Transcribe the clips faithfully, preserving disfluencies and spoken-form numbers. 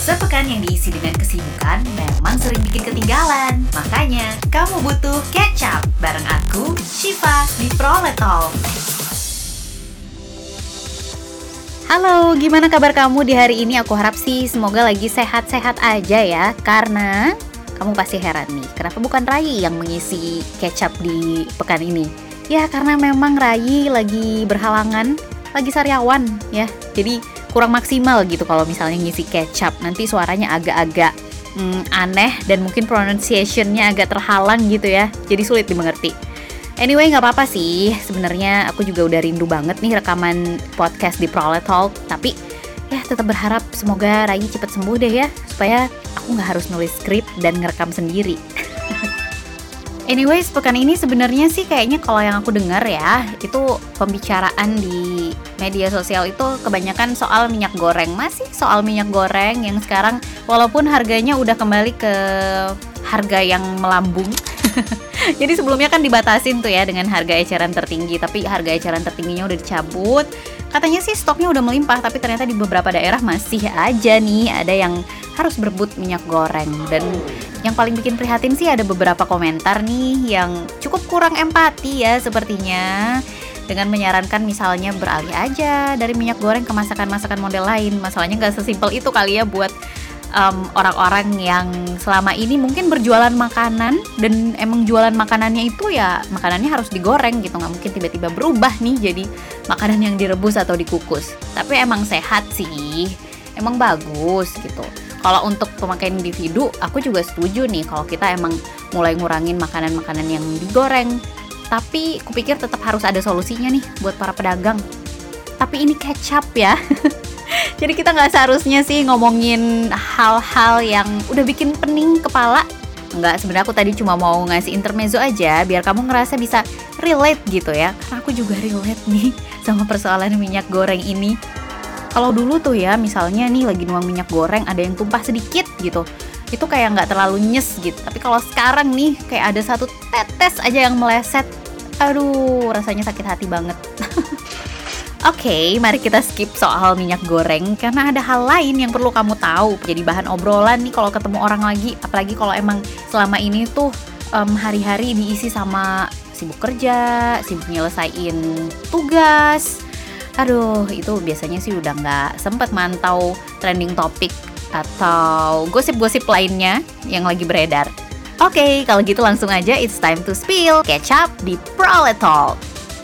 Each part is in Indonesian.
Sepekan yang diisi dengan kesibukan memang sering bikin ketinggalan. Makanya, kamu butuh catch up bareng aku, Shiva, di Proletol. Halo, gimana kabar kamu di hari ini? Aku harap sih semoga lagi sehat-sehat aja ya. Karena kamu pasti heran nih, kenapa bukan Rai yang mengisi catch up di pekan ini? Ya, karena memang Rai lagi berhalangan, lagi sariawan ya. Jadi kurang maksimal gitu kalau misalnya ngisi kecap, nanti suaranya agak-agak hmm, aneh dan mungkin pronunciation-nya agak terhalang gitu ya, jadi sulit dimengerti. Anyway, nggak apa-apa sih, sebenarnya aku juga udah rindu banget nih rekaman podcast di Proletol, tapi ya tetap berharap semoga Rai cepet sembuh deh ya, supaya aku nggak harus nulis skrip dan ngerekam sendiri. Anyways, pekan ini sebenarnya sih kayaknya kalau yang aku dengar ya, itu pembicaraan di media sosial itu kebanyakan soal minyak goreng. Masih soal minyak goreng yang sekarang walaupun harganya udah kembali ke harga yang melambung. Jadi sebelumnya kan dibatasin tuh ya dengan harga eceran tertinggi, tapi harga eceran tertingginya udah dicabut. Katanya sih stoknya udah melimpah, tapi ternyata di beberapa daerah masih aja nih ada yang harus berebut minyak goreng. Dan yang paling bikin prihatin sih ada beberapa komentar nih yang cukup kurang empati ya sepertinya, dengan menyarankan misalnya beralih aja dari minyak goreng ke masakan-masakan model lain. Masalahnya nggak sesimpel itu kali ya buat um, orang-orang yang selama ini mungkin berjualan makanan dan emang jualan makanannya itu ya makanannya harus digoreng gitu, nggak mungkin tiba-tiba berubah nih jadi makanan yang direbus atau dikukus. Tapi emang sehat sih, emang bagus gitu. Kalau untuk pemakaian individu, aku juga setuju nih kalau kita emang mulai ngurangin makanan-makanan yang digoreng. Tapi kupikir tetap harus ada solusinya nih buat para pedagang. Tapi ini kecap ya. Jadi kita nggak seharusnya sih ngomongin hal-hal yang udah bikin pening kepala. Enggak, sebenarnya aku tadi cuma mau ngasih intermezzo aja biar kamu ngerasa bisa relate gitu ya. Karena aku juga relate nih sama persoalan minyak goreng ini. Kalau dulu tuh ya, misalnya nih lagi nuang minyak goreng ada yang tumpah sedikit gitu, itu kayak nggak terlalu nyes gitu. Tapi kalau sekarang nih kayak ada satu tetes aja yang meleset, aduh rasanya sakit hati banget. Oke, okay, mari kita skip soal minyak goreng karena ada hal lain yang perlu kamu tahu. Jadi bahan obrolan nih kalau ketemu orang lagi, apalagi kalau emang selama ini tuh um, hari-hari diisi sama sibuk kerja, sibuk nyelesain tugas. Aduh, itu biasanya sih udah nggak sempet mantau trending topik atau gosip-gosip lainnya yang lagi beredar. Oke, okay, kalau gitu langsung aja it's time to spill kecap di Proletol.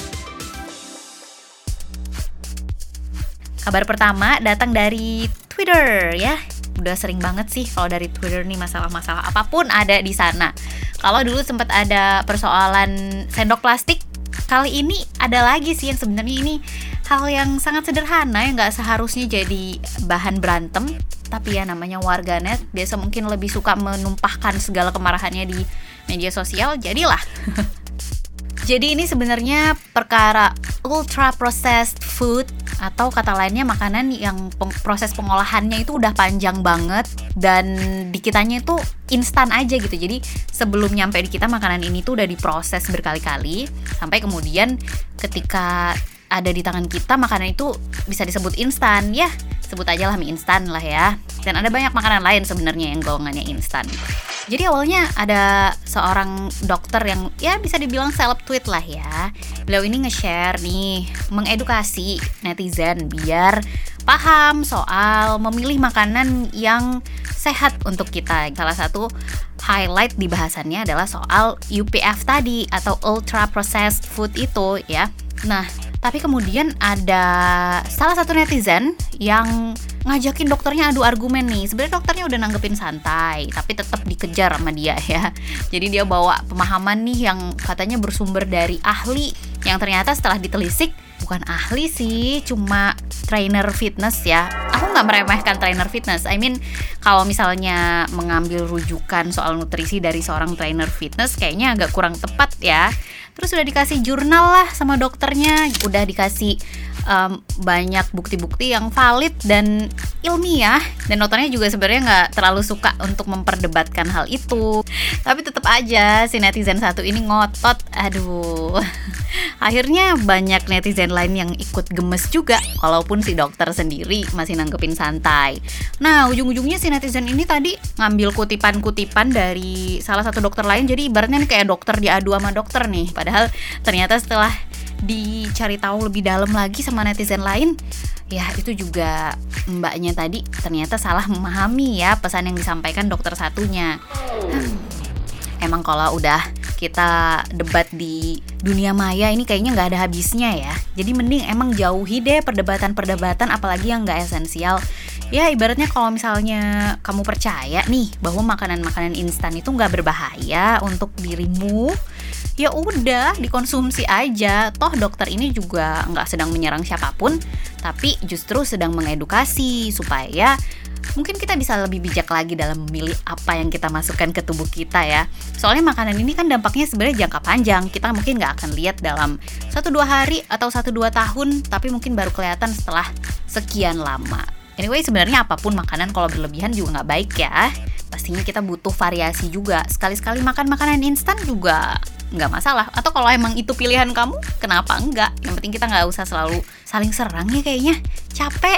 Kabar pertama datang dari Twitter ya. Udah sering banget sih kalau dari Twitter nih masalah-masalah apapun ada di sana. Kalau dulu sempat ada persoalan sendok plastik, kali ini ada lagi sih yang sebenarnya ini hal yang sangat sederhana yang gak seharusnya jadi bahan berantem. Tapi ya namanya warganet biasa mungkin lebih suka menumpahkan segala kemarahannya di media sosial, jadilah. Jadi ini sebenarnya perkara ultra processed food, atau kata lainnya makanan yang peng- proses pengolahannya itu udah panjang banget dan di kitanya itu instan aja gitu. Jadi sebelum nyampe di kita makanan ini tuh udah diproses berkali-kali sampai kemudian ketika ada di tangan kita makanan itu bisa disebut instan ya, sebut aja lah mie instan lah ya. Dan ada banyak makanan lain sebenarnya yang golongannya instan. Jadi awalnya ada seorang dokter yang ya bisa dibilang seleb tweet lah ya. Beliau ini nge-share nih, mengedukasi netizen biar paham soal memilih makanan yang sehat untuk kita. Salah satu highlight di bahasannya adalah soal U P F tadi atau ultra processed food itu ya. Nah, tapi kemudian ada salah satu netizen yang ngajakin dokternya adu argumen nih. Sebenarnya dokternya udah nanggepin santai, tapi tetap dikejar sama dia ya. Jadi dia bawa pemahaman nih yang katanya bersumber dari ahli, yang ternyata setelah ditelisik bukan ahli sih, cuma trainer fitness ya. Aku nggak meremehkan trainer fitness. I mean, kalau misalnya mengambil rujukan soal nutrisi dari seorang trainer fitness, kayaknya agak kurang tepat ya. Terus udah dikasih jurnal lah sama dokternya, udah dikasih um, banyak bukti-bukti yang valid dan ilmiah. Dan dokternya juga sebenarnya nggak terlalu suka untuk memperdebatkan hal itu. Tapi tetap aja si netizen satu ini ngotot, aduh. Akhirnya banyak netizen lain yang ikut gemes juga, walaupun si dokter sendiri masih nanggepin santai. Nah, ujung-ujungnya si netizen ini tadi ngambil kutipan-kutipan dari salah satu dokter lain, jadi ibaratnya nih kayak dokter diadu sama dokter nih. Padahal ternyata setelah dicari tahu lebih dalam lagi sama netizen lain, ya itu juga mbaknya tadi ternyata salah memahami ya pesan yang disampaikan dokter satunya. Hmm. Emang kalau udah kita debat di dunia maya ini kayaknya nggak ada habisnya ya. Jadi mending emang jauhi deh perdebatan-perdebatan apalagi yang nggak esensial. Ya ibaratnya kalau misalnya kamu percaya nih bahwa makanan-makanan instan itu nggak berbahaya untuk dirimu, ya udah dikonsumsi aja. Toh dokter ini juga nggak sedang menyerang siapapun, tapi justru sedang mengedukasi supaya mungkin kita bisa lebih bijak lagi dalam memilih apa yang kita masukkan ke tubuh kita ya. Soalnya makanan ini kan dampaknya sebenarnya jangka panjang. Kita mungkin nggak akan lihat dalam satu dua hari atau satu dua tahun, tapi mungkin baru kelihatan setelah sekian lama. Anyway, sebenarnya apapun makanan kalau berlebihan juga nggak baik ya. Pastinya kita butuh variasi juga. Sekali-sekali makan makanan instan juga nggak masalah. Atau kalau emang itu pilihan kamu, kenapa enggak? Yang penting kita nggak usah selalu saling serang ya kayaknya. Capek.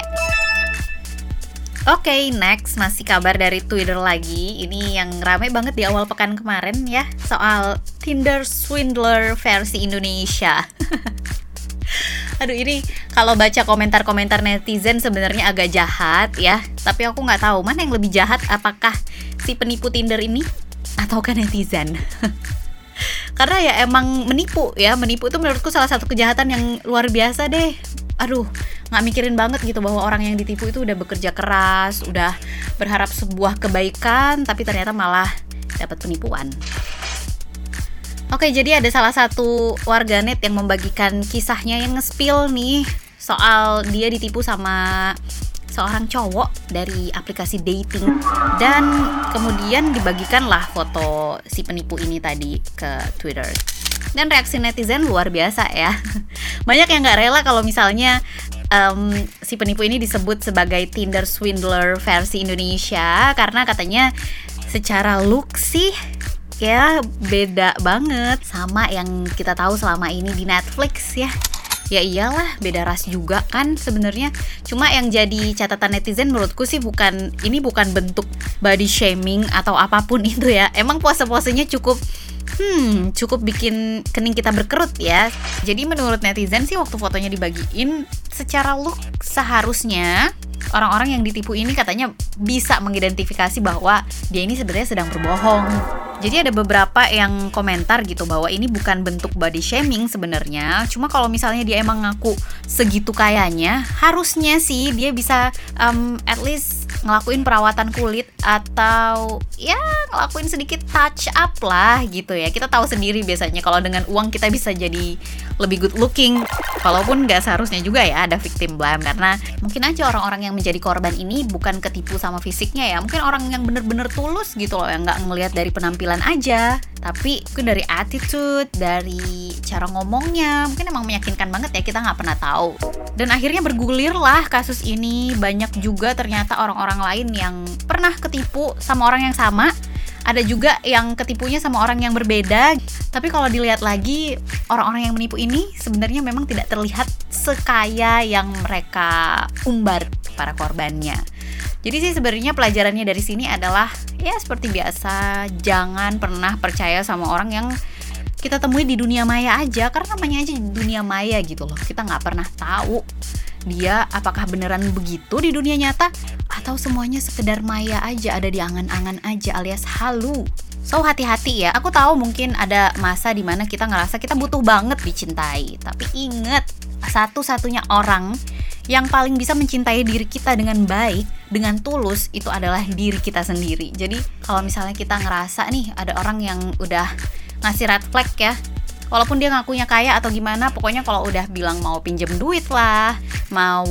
Oke, okay, next masih kabar dari Twitter lagi. Ini yang rame banget di awal pekan kemarin ya, soal Tinder Swindler versi Indonesia. Aduh, ini kalau baca komentar-komentar netizen sebenarnya agak jahat ya. Tapi aku nggak tahu mana yang lebih jahat, apakah si penipu Tinder ini ataukah netizen. Karena ya emang menipu ya, menipu itu menurutku salah satu kejahatan yang luar biasa deh. Aduh, nggak mikirin banget gitu bahwa orang yang ditipu itu udah bekerja keras, udah berharap sebuah kebaikan, tapi ternyata malah dapat penipuan. Oke, jadi ada salah satu warganet yang membagikan kisahnya yang nge-spill nih soal dia ditipu sama seorang cowok dari aplikasi dating, dan kemudian dibagikanlah foto si penipu ini tadi ke Twitter. Dan reaksi netizen luar biasa ya. Banyak yang gak rela kalau misalnya um, si penipu ini disebut sebagai Tinder Swindler versi Indonesia, karena katanya secara look sih ya beda banget sama yang kita tahu selama ini di Netflix ya. Ya iyalah, beda ras juga kan sebenarnya. Cuma yang jadi catatan netizen menurutku sih bukan ini bukan bentuk body shaming atau apapun itu ya. Emang pose-posenya cukup Hmm, cukup bikin kening kita berkerut ya. Jadi menurut netizen sih waktu fotonya dibagiin, secara look seharusnya orang-orang yang ditipu ini katanya bisa mengidentifikasi bahwa dia ini sebenarnya sedang berbohong. Jadi ada beberapa yang komentar gitu bahwa ini bukan bentuk body shaming sebenarnya. Cuma kalau misalnya dia emang ngaku segitu kayanya, harusnya sih dia bisa um, at least ngelakuin perawatan kulit atau ya ngelakuin sedikit touch up lah gitu ya. Kita tahu sendiri biasanya kalau dengan uang kita bisa jadi lebih good looking. Walaupun nggak seharusnya juga ya ada victim blame, karena mungkin aja orang-orang yang menjadi korban ini bukan ketipu sama fisiknya ya. Mungkin orang yang bener-bener tulus gitu loh, yang nggak ngelihat dari penampilan aja, tapi mungkin dari attitude, dari cara ngomongnya, mungkin emang meyakinkan banget ya, kita nggak pernah tahu. Dan akhirnya bergulir lah kasus ini. Banyak juga ternyata orang-orang lain yang pernah ketipu sama orang yang sama. Ada juga yang ketipunya sama orang yang berbeda. Tapi kalau dilihat lagi, orang-orang yang menipu ini sebenarnya memang tidak terlihat sekaya yang mereka umbar para korbannya. Jadi sih sebenarnya pelajarannya dari sini adalah ya seperti biasa, jangan pernah percaya sama orang yang kita temui di dunia maya aja, karena namanya aja dunia maya gitu loh. Kita nggak pernah tahu dia apakah beneran begitu di dunia nyata atau semuanya sekedar maya aja, ada di angan-angan aja alias halu. So hati-hati ya. Aku tahu mungkin ada masa dimana kita ngerasa kita butuh banget dicintai, tapi ingat, satu-satunya orang yang paling bisa mencintai diri kita dengan baik, dengan tulus, itu adalah diri kita sendiri. Jadi kalau misalnya kita ngerasa nih ada orang yang udah ngasih red flag ya, walaupun dia ngakunya kaya atau gimana, pokoknya kalau udah bilang mau pinjem duit lah, mau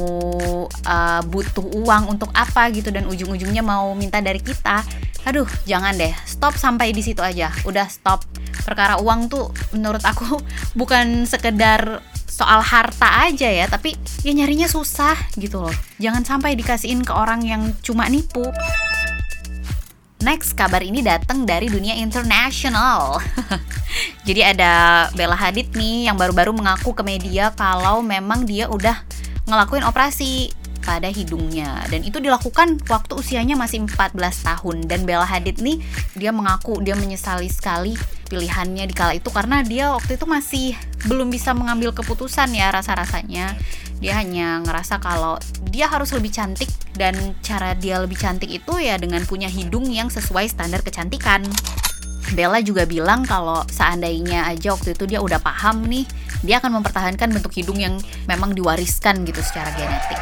uh, butuh uang untuk apa gitu, dan ujung-ujungnya mau minta dari kita, aduh jangan deh, stop sampai di situ aja, udah stop. Perkara uang tuh menurut aku bukan sekedar soal harta aja ya, tapi ya nyarinya susah gitu loh. Jangan sampai dikasihin ke orang yang cuma nipu. Next, kabar ini datang dari dunia internasional. Jadi ada Bella Hadid nih yang baru-baru mengaku ke media kalau memang dia udah ngelakuin operasi pada hidungnya, dan itu dilakukan waktu usianya masih empat belas tahun. Dan Bella Hadid nih, dia mengaku dia menyesali sekali pilihannya di kala itu karena dia waktu itu masih belum bisa mengambil keputusan ya, rasa-rasanya dia hanya ngerasa kalau dia harus lebih cantik, dan cara dia lebih cantik itu ya dengan punya hidung yang sesuai standar kecantikan. Bella juga bilang kalau seandainya aja waktu itu dia udah paham nih, dia akan mempertahankan bentuk hidung yang memang diwariskan gitu secara genetik.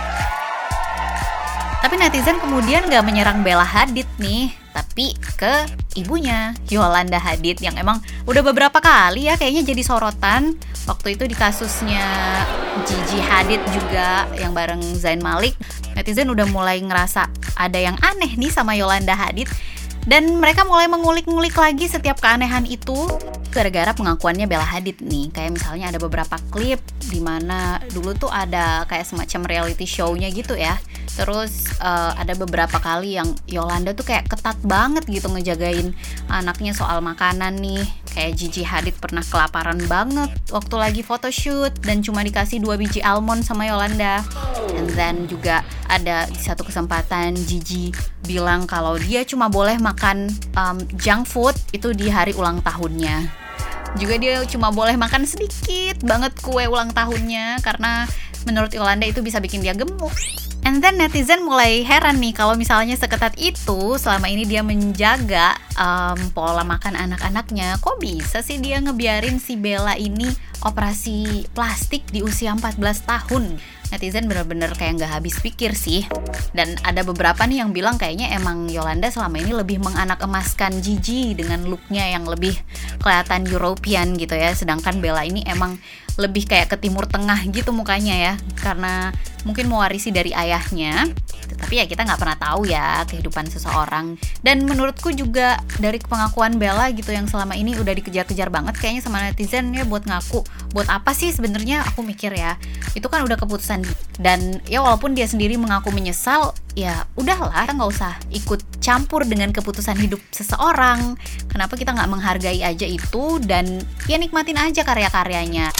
Tapi netizen kemudian gak menyerang Bella Hadid nih, tapi ke ibunya, Yolanda Hadid, yang emang udah beberapa kali ya kayaknya jadi sorotan. Waktu itu di kasusnya Gigi Hadid juga yang bareng Zayn Malik, netizen udah mulai ngerasa ada yang aneh nih sama Yolanda Hadid, dan mereka mulai mengulik-ngulik lagi setiap keanehan itu gara-gara pengakuannya Bella Hadid nih. Kayak misalnya ada beberapa klip di mana dulu tuh ada kayak semacam reality show-nya gitu ya. Terus uh, ada beberapa kali yang Yolanda tuh kayak ketat banget gitu ngejagain anaknya soal makanan nih. Kayak Gigi Hadid pernah kelaparan banget waktu lagi photoshoot dan cuma dikasih dua biji almond sama Yolanda. And then juga ada di satu kesempatan Gigi bilang kalau dia cuma boleh makan um, junk food itu di hari ulang tahunnya. Juga dia cuma boleh makan sedikit banget kue ulang tahunnya karena menurut Yolanda itu bisa bikin dia gemuk. And then netizen mulai heran nih kalau misalnya seketat itu selama ini dia menjaga um, pola makan anak-anaknya, kok bisa sih dia ngebiarin si Bella ini operasi plastik di usia empat belas tahun. Netizen bener-bener kayak gak habis pikir sih. Dan ada beberapa nih yang bilang kayaknya emang Yolanda selama ini lebih menganak emaskan Gigi dengan looknya yang lebih kelihatan European gitu ya. Sedangkan Bella ini emang lebih kayak ke Timur Tengah gitu mukanya ya, karena mungkin mewarisi dari ayahnya. Tapi ya kita gak pernah tahu ya kehidupan seseorang. Dan menurutku juga dari pengakuan Bella gitu yang selama ini udah dikejar-kejar banget kayaknya sama netizen ya buat ngaku. Buat apa sih sebenarnya, aku mikir ya, itu kan udah keputusan. Dan ya walaupun dia sendiri mengaku menyesal, ya udahlah, kita nggak usah ikut campur dengan keputusan hidup seseorang. Kenapa kita nggak menghargai aja itu dan ya nikmatin aja karya-karyanya.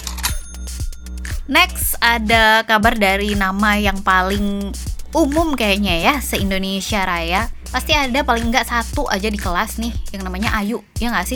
Next ada kabar dari nama yang paling umum kayaknya ya se-Indonesia Raya. Pasti ada paling nggak satu aja di kelas nih yang namanya Ayu, ya nggak sih?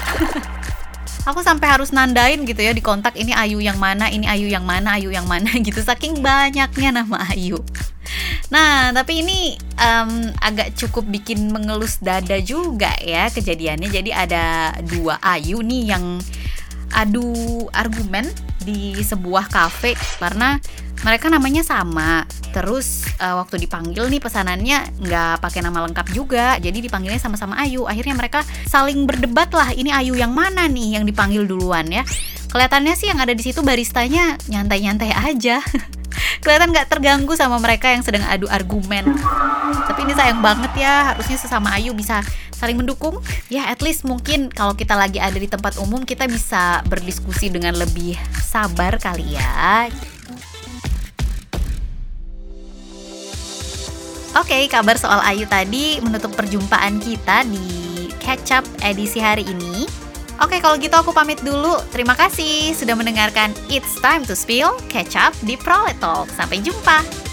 Aku sampai harus nandain gitu ya di kontak, ini Ayu yang mana, ini Ayu yang mana, Ayu yang mana gitu, saking banyaknya nama Ayu. Nah, tapi ini um, agak cukup bikin mengelus dada juga ya kejadiannya. Jadi ada dua Ayu nih yang adu argumen di sebuah kafe karena mereka namanya sama. Terus uh, waktu dipanggil nih pesanannya nggak pakai nama lengkap juga, jadi dipanggilnya sama-sama Ayu. Akhirnya mereka saling berdebat lah, ini Ayu yang mana nih yang dipanggil duluan ya. Kelihatannya sih yang ada di situ baristanya nyantai-nyantai aja. Kelihatan nggak terganggu sama mereka yang sedang adu argumen. Tapi ini sayang banget ya, harusnya sesama Ayu bisa saling mendukung. Ya at least mungkin kalau kita lagi ada di tempat umum kita bisa berdiskusi dengan lebih sabar kali ya. Oke, okay, kabar soal Ayu tadi menutup perjumpaan kita di Catch Up edisi hari ini. Oke, okay, kalau gitu aku pamit dulu. Terima kasih sudah mendengarkan It's Time to Spill Catch Up di Prolet Talk. Sampai jumpa!